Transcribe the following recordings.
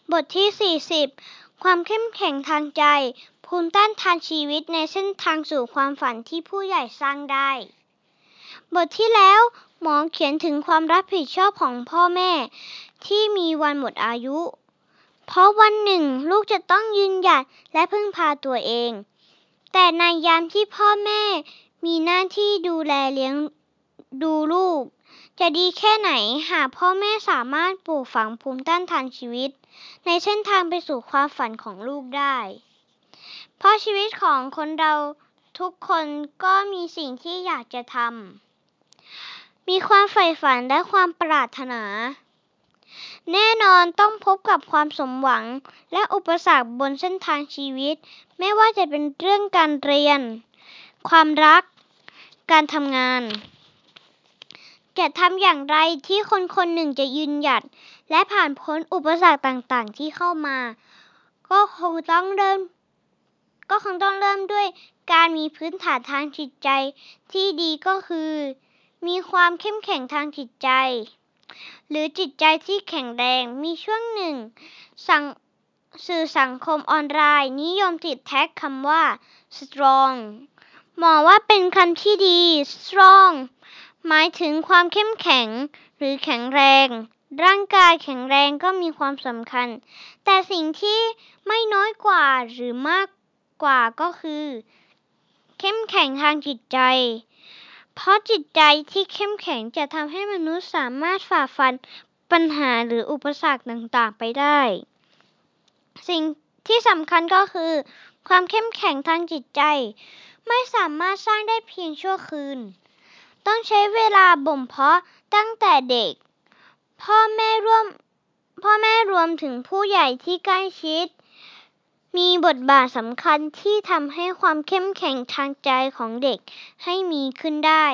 บทที่ 40 ความเข้มแข็งทางใจ ภูมิต้านทานชีวิตในเส้นทางสู่ความฝันที่ผู้ใหญ่สร้างได้ บทที่แล้วหมอเขียนถึงความรับผิดชอบของพ่อแม่ที่มีวันหมดอายุ เพราะวันหนึ่งลูกจะต้องยืนหยัดและพึ่งพาตัวเอง แต่ในยามที่พ่อแม่มีหน้าที่ดูแลเลี้ยงดูลูก จะดีแค่ไหนหากพ่อแม่สามารถปลูกฝังภูมิต้านทานชีวิตในเส้นทางไปสู่ความฝันของลูกได้ เพราะชีวิตของคนเราทุกคนก็มีสิ่งที่อยากจะทำ มีความใฝ่ฝันและความปรารถนา แน่นอนต้องพบกับความสมหวังและอุปสรรคบนเส้นทางชีวิต ไม่ว่าจะเป็นเรื่องการเรียน ความรัก การทำงาน จะทำอย่างไรที่คนคนหนึ่งจะยืนหยัดและผ่านพ้นอุปสรรคต่างๆที่เข้ามา ก็คงต้องเริ่มด้วยการมีพื้นฐานทางจิตใจที่ดีก็คือ มีความเข้มแข็งทางจิตใจ หรือจิตใจที่แข็งแรง มีช่วงหนึ่งสื่อสังคมออนไลน์นิยมติดแท็กคำว่า strong หมอว่าเป็นคำที่ดี strong หมายถึงความเข้มแข็งหรือแข็งแรง ร่างกายแข็งแรงก็มีความสำคัญ แต่สิ่งที่ไม่น้อยกว่าหรือมากกว่าก็คือ เข้มแข็งทางจิตใจ เพราะจิตใจที่เข้มแข็งจะทำให้มนุษย์สามารถฝ่าฟันปัญหาหรืออุปสรรคต่างๆไปได้ สิ่งที่สำคัญก็คือ ความเข้มแข็งทางจิตใจไม่สามารถสร้างได้เพียงชั่วคืน ต้องใช้เวลาบ่มเพาะตั้งแต่เด็ก พ่อแม่รวมถึงผู้ใหญ่ที่ใกล้ชิด มีบทบาทสำคัญที่ทำให้ความเข้มแข็งทางใจของเด็กให้มีขึ้นได้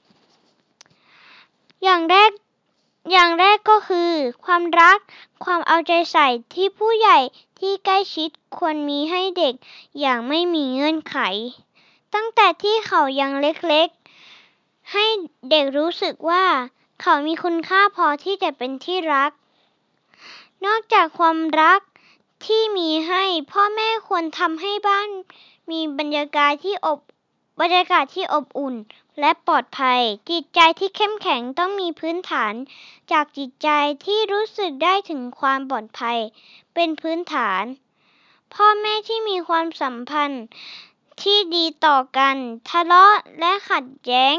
อย่างแรกก็คือ ความรัก ความเอาใจใส่ที่ผู้ใหญ่ที่ใกล้ชิดควรมีให้เด็กอย่างไม่มีเงื่อนไข ตั้งแต่ที่เขายังเล็กๆ ให้เด็กรู้สึกว่าเขามีคุณค่าพอที่จะเป็นที่รัก นอกจากความรักที่มีให้พ่อแม่ควรทำให้บ้านมีบรรยากาศที่อบอุ่นและปลอดภัย จิตใจที่เข้มแข็งต้องมีพื้นฐานจากจิตใจที่รู้สึกได้ถึงความปลอดภัยเป็นพื้นฐาน พ่อแม่ที่มีความสัมพันธ์ที่ดีต่อกันทะเลาะและขัดแย้ง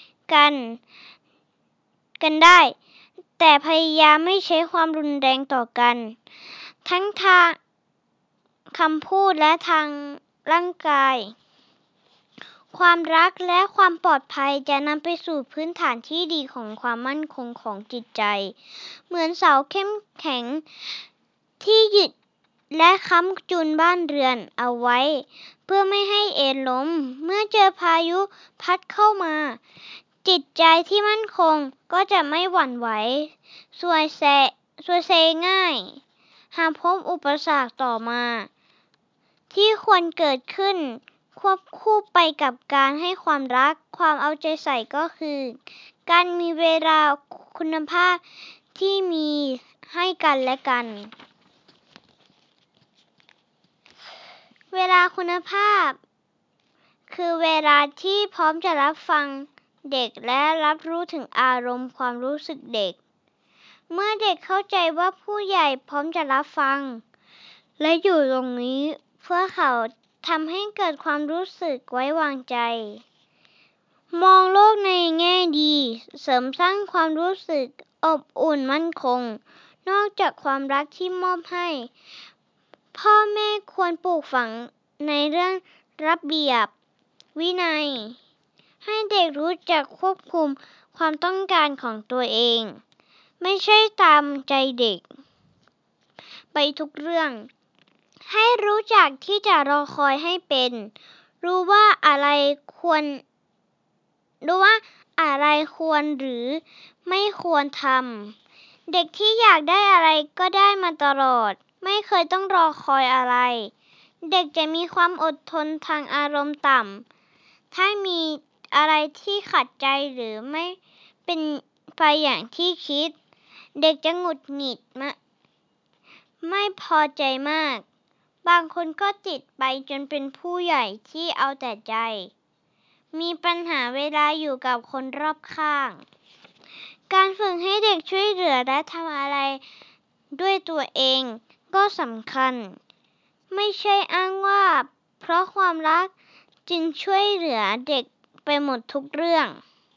กันได้ แต่พยายามไม่ใช้ความรุนแรงต่อกัน ทั้งทางคำพูดและทางร่างกาย ความรักและความปลอดภัยจะนำไปสู่พื้นฐานที่ดีของความมั่นคงของจิตใจ เหมือนเสาเข้มแข็งที่ยึดและค้ำจุนบ้านเรือนเอาไว้เพื่อไม่ให้เอ็นล้มเมื่อเจอพายุพัดเข้ามา จิตใจที่มั่นคงก็จะไม่หวั่นไหวส่วยเซง่ายหากพบอุปสรรคต่อมาที่ควรเกิดขึ้นควบคู่ไปกับการให้ความรักความเอาใจใส่ก็คือ การมีเวลาคุณภาพที่มีให้กันและกัน เวลาคุณภาพคือเวลาที่พร้อมจะรับฟังเด็กและรับรู้ถึงอารมณ์ความรู้สึกเด็ก เมื่อเด็กเข้าใจว่าผู้ใหญ่พร้อมจะรับฟังและอยู่ตรงนี้เพื่อเขาทำให้เกิดความรู้สึกไว้วางใจ มองโลกในแง่ดีเสริมสร้างความรู้สึกอบอุ่นมั่นคง นอกจากความรักที่มอบให้ พ่อแม่ควรปลูกฝังในเรื่องระเบียบวินัย ให้เด็กรู้จักควบคุมความต้องการของตัวเอง ไม่ใช่ตามใจเด็กไปทุกเรื่อง ให้รู้จักที่จะรอคอยให้เป็น รู้ว่าอะไรควรหรือไม่ควรทำ เด็กที่อยากได้อะไรก็ได้มาตลอด ไม่เคยต้องรอคอยอะไร เด็กจะมีความอดทนทางอารมณ์ต่ำ ถ้ามีอะไรที่ขัดใจหรือไม่เป็นไปอย่างที่คิด เด็กจะหงุดหงิดไม่พอใจมากบางคนก็ติดไปจนเป็นผู้ใหญ่ที่เอาแต่ใจมีปัญหาเวลาอยู่กับคนรอบข้างการฝึกให้เด็กช่วยเหลือและทำอะไรด้วยตัวเองก็สำคัญไม่ใช่อ้างว่าเพราะความรักจึงช่วยเหลือเด็กไปหมดทุกเรื่อง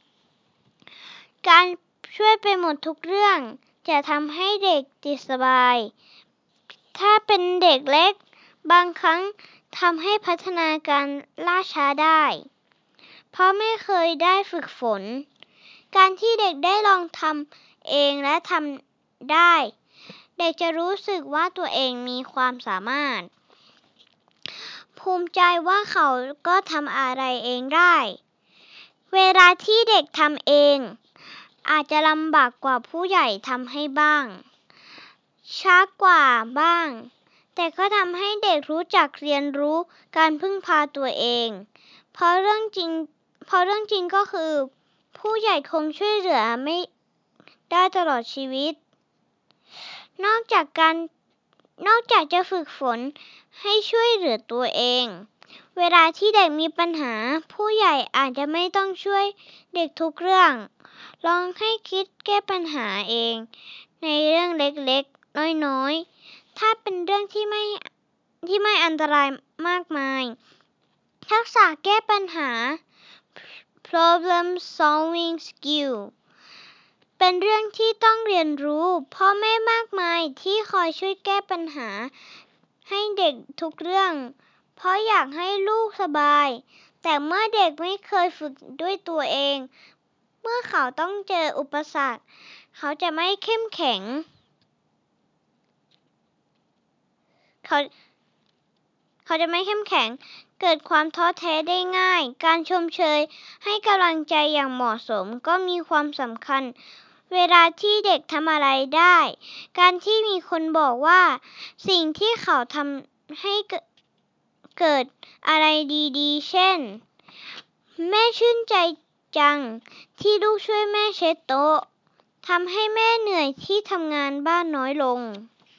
การช่วยไปหมดทุกเรื่องจะทำให้เด็กติดสบายถ้าเป็นเด็กเล็กบางครั้งทำให้พัฒนาการล่าช้าได้เพราะไม่เคยได้ฝึกฝนการที่เด็กได้ลองทำเองและทำได้เด็กจะรู้สึกว่าตัวเองมีความสามารถภูมิใจว่าเขาก็ทำอะไรเองได้เวลาที่เด็กทำเองอาจจะลำบากกว่าผู้ใหญ่ทำให้บ้างช้ากว่าบ้างแต่ก็ทำให้เด็กรู้จักเรียนรู้การพึ่งพาตัวเองเพราะเรื่องจริงก็คือผู้ใหญ่คงช่วยเหลือไม่ได้ตลอดชีวิตนอกจากจะฝึกฝนให้ช่วยเหลือตัวเองเวลาที่เด็กมีปัญหาผู้ใหญ่อาจจะไม่ต้องช่วยเด็กทุกเรื่องลองให้คิดแก้ปัญหาเองในเรื่องเล็กๆน้อยๆถ้าเป็นเรื่องที่ไม่อันตรายมากมายทักษะแก้ปัญหา problem solving skill เป็นเรื่องที่ต้องเรียนรู้พ่อแม่มากมายที่คอยช่วยแก้ปัญหาให้เด็กทุกเรื่องเพราะอยากให้ลูกสบายแต่เมื่อเด็กไม่เคยฝึกด้วยตัวเองเมื่อเขาต้องเจออุปสรรคเขาจะไม่เข้มแข็งเขาจะไม่เข้มแข็งเกิดความท้อแท้ได้ง่ายการชมเชยให้กำลังใจอย่างเหมาะสมก็มีความสำคัญเวลาที่เด็กทำอะไรได้การที่มีคนบอกว่าสิ่งที่เขาทำให้เกิดอะไรดีๆเช่นแม่ชื่นใจจังที่ลูกช่วยแม่เช็ดโต๊ะทำให้แม่เหนื่อยที่ทำงานบ้านน้อยลง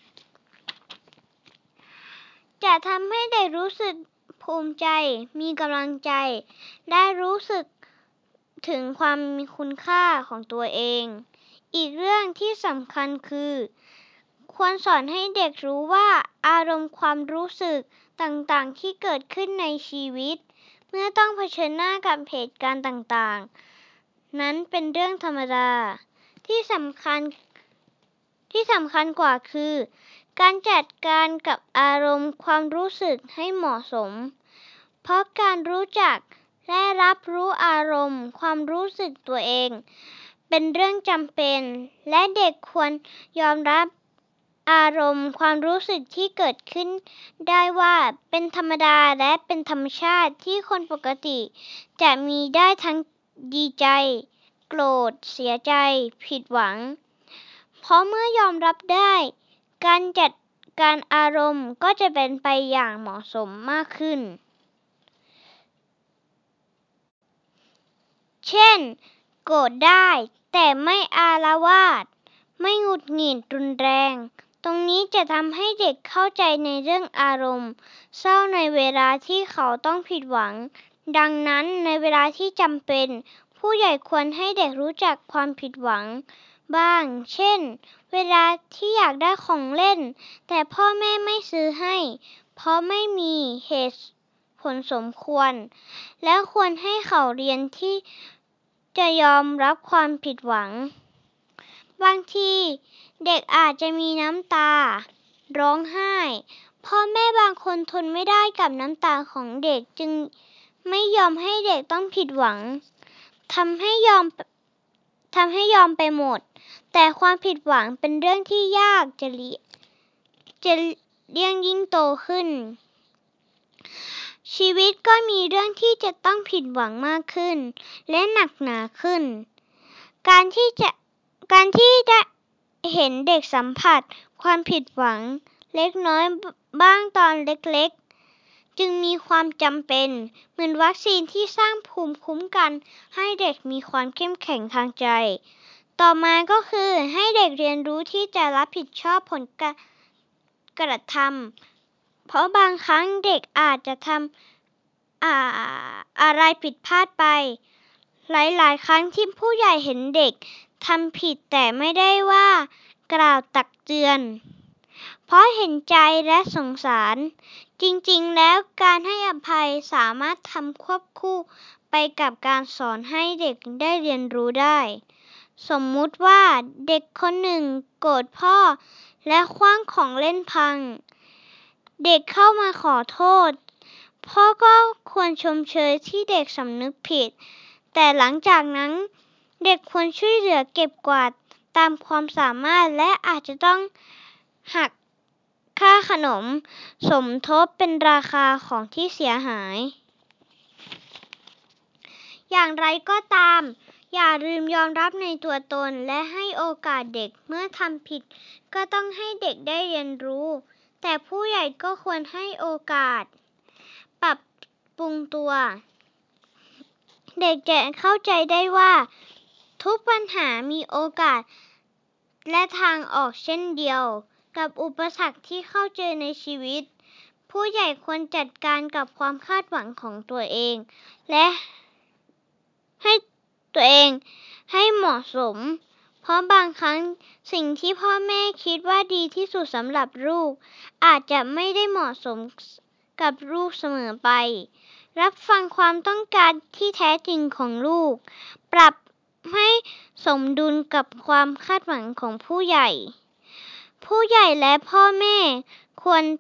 จะทำให้เด็กรู้สึกภูมิใจมีกำลังใจและรู้สึกถึงความมีคุณค่าของตัวเองอีกเรื่องที่สำคัญคือควรสอนให้เด็กรู้ว่าอารมณ์ความรู้สึกต่างๆที่เกิดขึ้นในชีวิตเมื่อต้องเผชิญหน้ากับเหตุการณ์ต่างๆนั้นเป็นเรื่องธรรมดาที่สำคัญกว่าคือการจัดการกับอารมณ์ความรู้สึกให้เหมาะสมเพราะการรู้จักและรับรู้อารมณ์ความรู้สึกตัวเองเป็นเรื่องจำเป็นและเด็กควรยอมรับอารมณ์ความรู้สึกที่เกิดขึ้นได้ว่าเป็นธรรมดาและเป็นธรรมชาติที่คนปกติจะมีได้ทั้งดีใจโกรธเสียใจผิดหวังเพราะเมื่อยอมรับได้การจัดการอารมณ์ก็จะเป็นไปอย่างเหมาะสมมากขึ้นเช่นโกรธได้แต่ไม่อาละวาดไม่หงุดหงิดรุนแรงตรงนี้จะทำให้เด็กเข้าใจในเรื่องอารมณ์เศร้าในเวลาที่เขาต้องผิดหวังดังนั้นในเวลาที่จำเป็นผู้ใหญ่ควรให้เด็กรู้จักความผิดหวังบ้างเช่นเวลาที่อยากได้ของเล่นแต่พ่อแม่ไม่ซื้อให้เพราะไม่มีเหตุผลสมควรและควรให้เขาเรียนที่จะยอมรับความผิดหวังบางทีเด็กอาจจะมีน้ำตาร้องไห้พ่อแม่บางคนทนไม่ได้กับน้ำตาของเด็กจึงไม่ยอมให้เด็กต้องผิดหวังทำให้ยอมไปหมดแต่ความผิดหวังเป็นเรื่องที่ยากจะเลี่ยงยิ่งโตขึ้นชีวิตก็มีเรื่องที่จะต้องผิดหวังมากขึ้นและหนักหนาขึ้นการที่ได้เห็นเด็กสัมผัสความผิดหวังเล็กน้อยบ้างตอนเล็กๆจึงมีความจำเป็นเหมือนวัคซีนที่สร้างภูมิคุ้มกันให้เด็กมีความเข้มแข็งทางใจต่อมาก็คือให้เด็กเรียนรู้ที่จะรับผิดชอบผลกระทำเพราะบางครั้งเด็กอาจจะทำอะไรผิดพลาดไปหลายๆครั้งที่ผู้ใหญ่เห็นเด็กทำผิดแต่ไม่ได้ว่ากล่าวตักเตือนเพราะเห็นใจและสงสารจริงๆแล้วการให้อภัยสามารถทำควบคู่ไปกับการสอนให้เด็กได้เรียนรู้ได้สมมุติว่าเด็กคนหนึ่งโกรธพ่อและขว้างของเล่นพังเด็กเข้ามาขอโทษพ่อก็ควรชมเชยที่เด็กสำนึกผิดแต่หลังจากนั้นเด็กควรช่วยเหลือเก็บกวาดตามความสามารถและอาจจะต้องหักค่าขนมสมทบเป็นราคาของที่เสียหายอย่างไรก็ตามอย่าลืมยอมรับในตัวตนและให้โอกาสเด็กเมื่อทำผิดก็ต้องให้เด็กได้เรียนรู้แต่ผู้ใหญ่ก็ควรให้โอกาสปรับปรุงตัวเด็กจะเข้าใจได้ว่าทุกปัญหามีโอกาสและทางออกเช่นเดียวกับอุปสรรคที่เข้าเจอในชีวิตผู้ใหญ่ควรจัดการกับความคาดหวังของตัวเองและให้ตัวเองให้เหมาะสมเพราะบางครั้งสิ่งที่พ่อแม่คิดว่าดีที่สุดสำหรับลูกอาจจะไม่ได้เหมาะสมกับลูกเสมอไปรับฟังความต้องการที่แท้จริงของลูกปรับให้สมดุลกับความคาดหวังของผู้ใหญ่และพ่อแม่ควร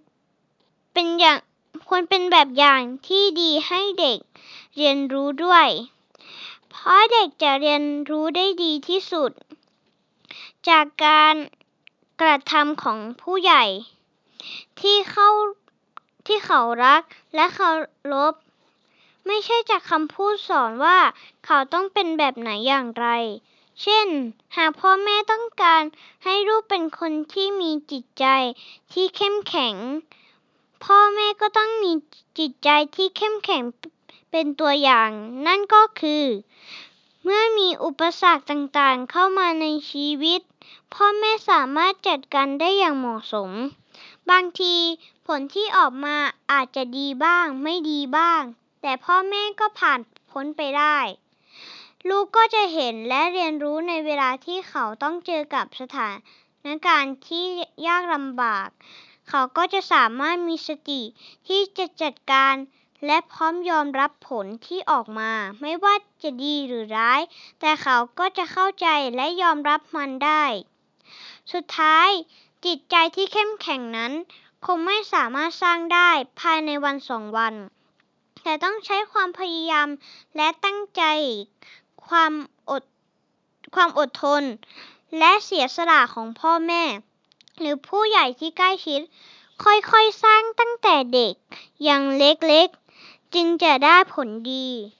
เป็นแบบอย่างที่ดีให้เด็กเรียนรู้ด้วยเพราะเด็กจะเรียนรู้ได้ดีที่สุดจากการกระทำของผู้ใหญ่ที่เขารักและเคารพไม่ใช่จากคำพูดสอนว่าเขาต้องเป็นแบบไหนอย่างไรเช่นหากพ่อแม่ต้องการให้ลูกเป็นคนที่มีจิตใจที่เข้มแข็งพ่อแม่ก็ต้องมีจิตใจที่เข้มแข็งเป็นตัวอย่างนั่นก็คือเมื่อมีอุปสรรคต่างๆเข้ามาในชีวิตพ่อแม่สามารถจัดการได้อย่างเหมาะสมบางทีผลที่ออกมาอาจจะดีบ้างไม่ดีบ้างแต่พ่อแม่ก็ผ่านพ้นไปได้ลูกก็จะเห็นและเรียนรู้ในเวลาที่เขาต้องเจอกับสถานการณ์ที่ยากลำบากเขาก็จะสามารถมีสติที่จะจัดการและพร้อมยอมรับผลที่ออกมาไม่ว่าจะดีหรือร้ายแต่เขาก็จะเข้าใจและยอมรับมันได้สุดท้ายจิตใจที่เข้มแข็งนั้นคงไม่สามารถสร้างได้ภายในวันสองวันแต่ต้องใช้ความพยายามและตั้งใจความอดทนและเสียสละของพ่อแม่หรือผู้ใหญ่ที่ใกล้ชิดค่อยๆสร้างตั้งแต่เด็กยังเล็กๆจึงจะได้ผลดี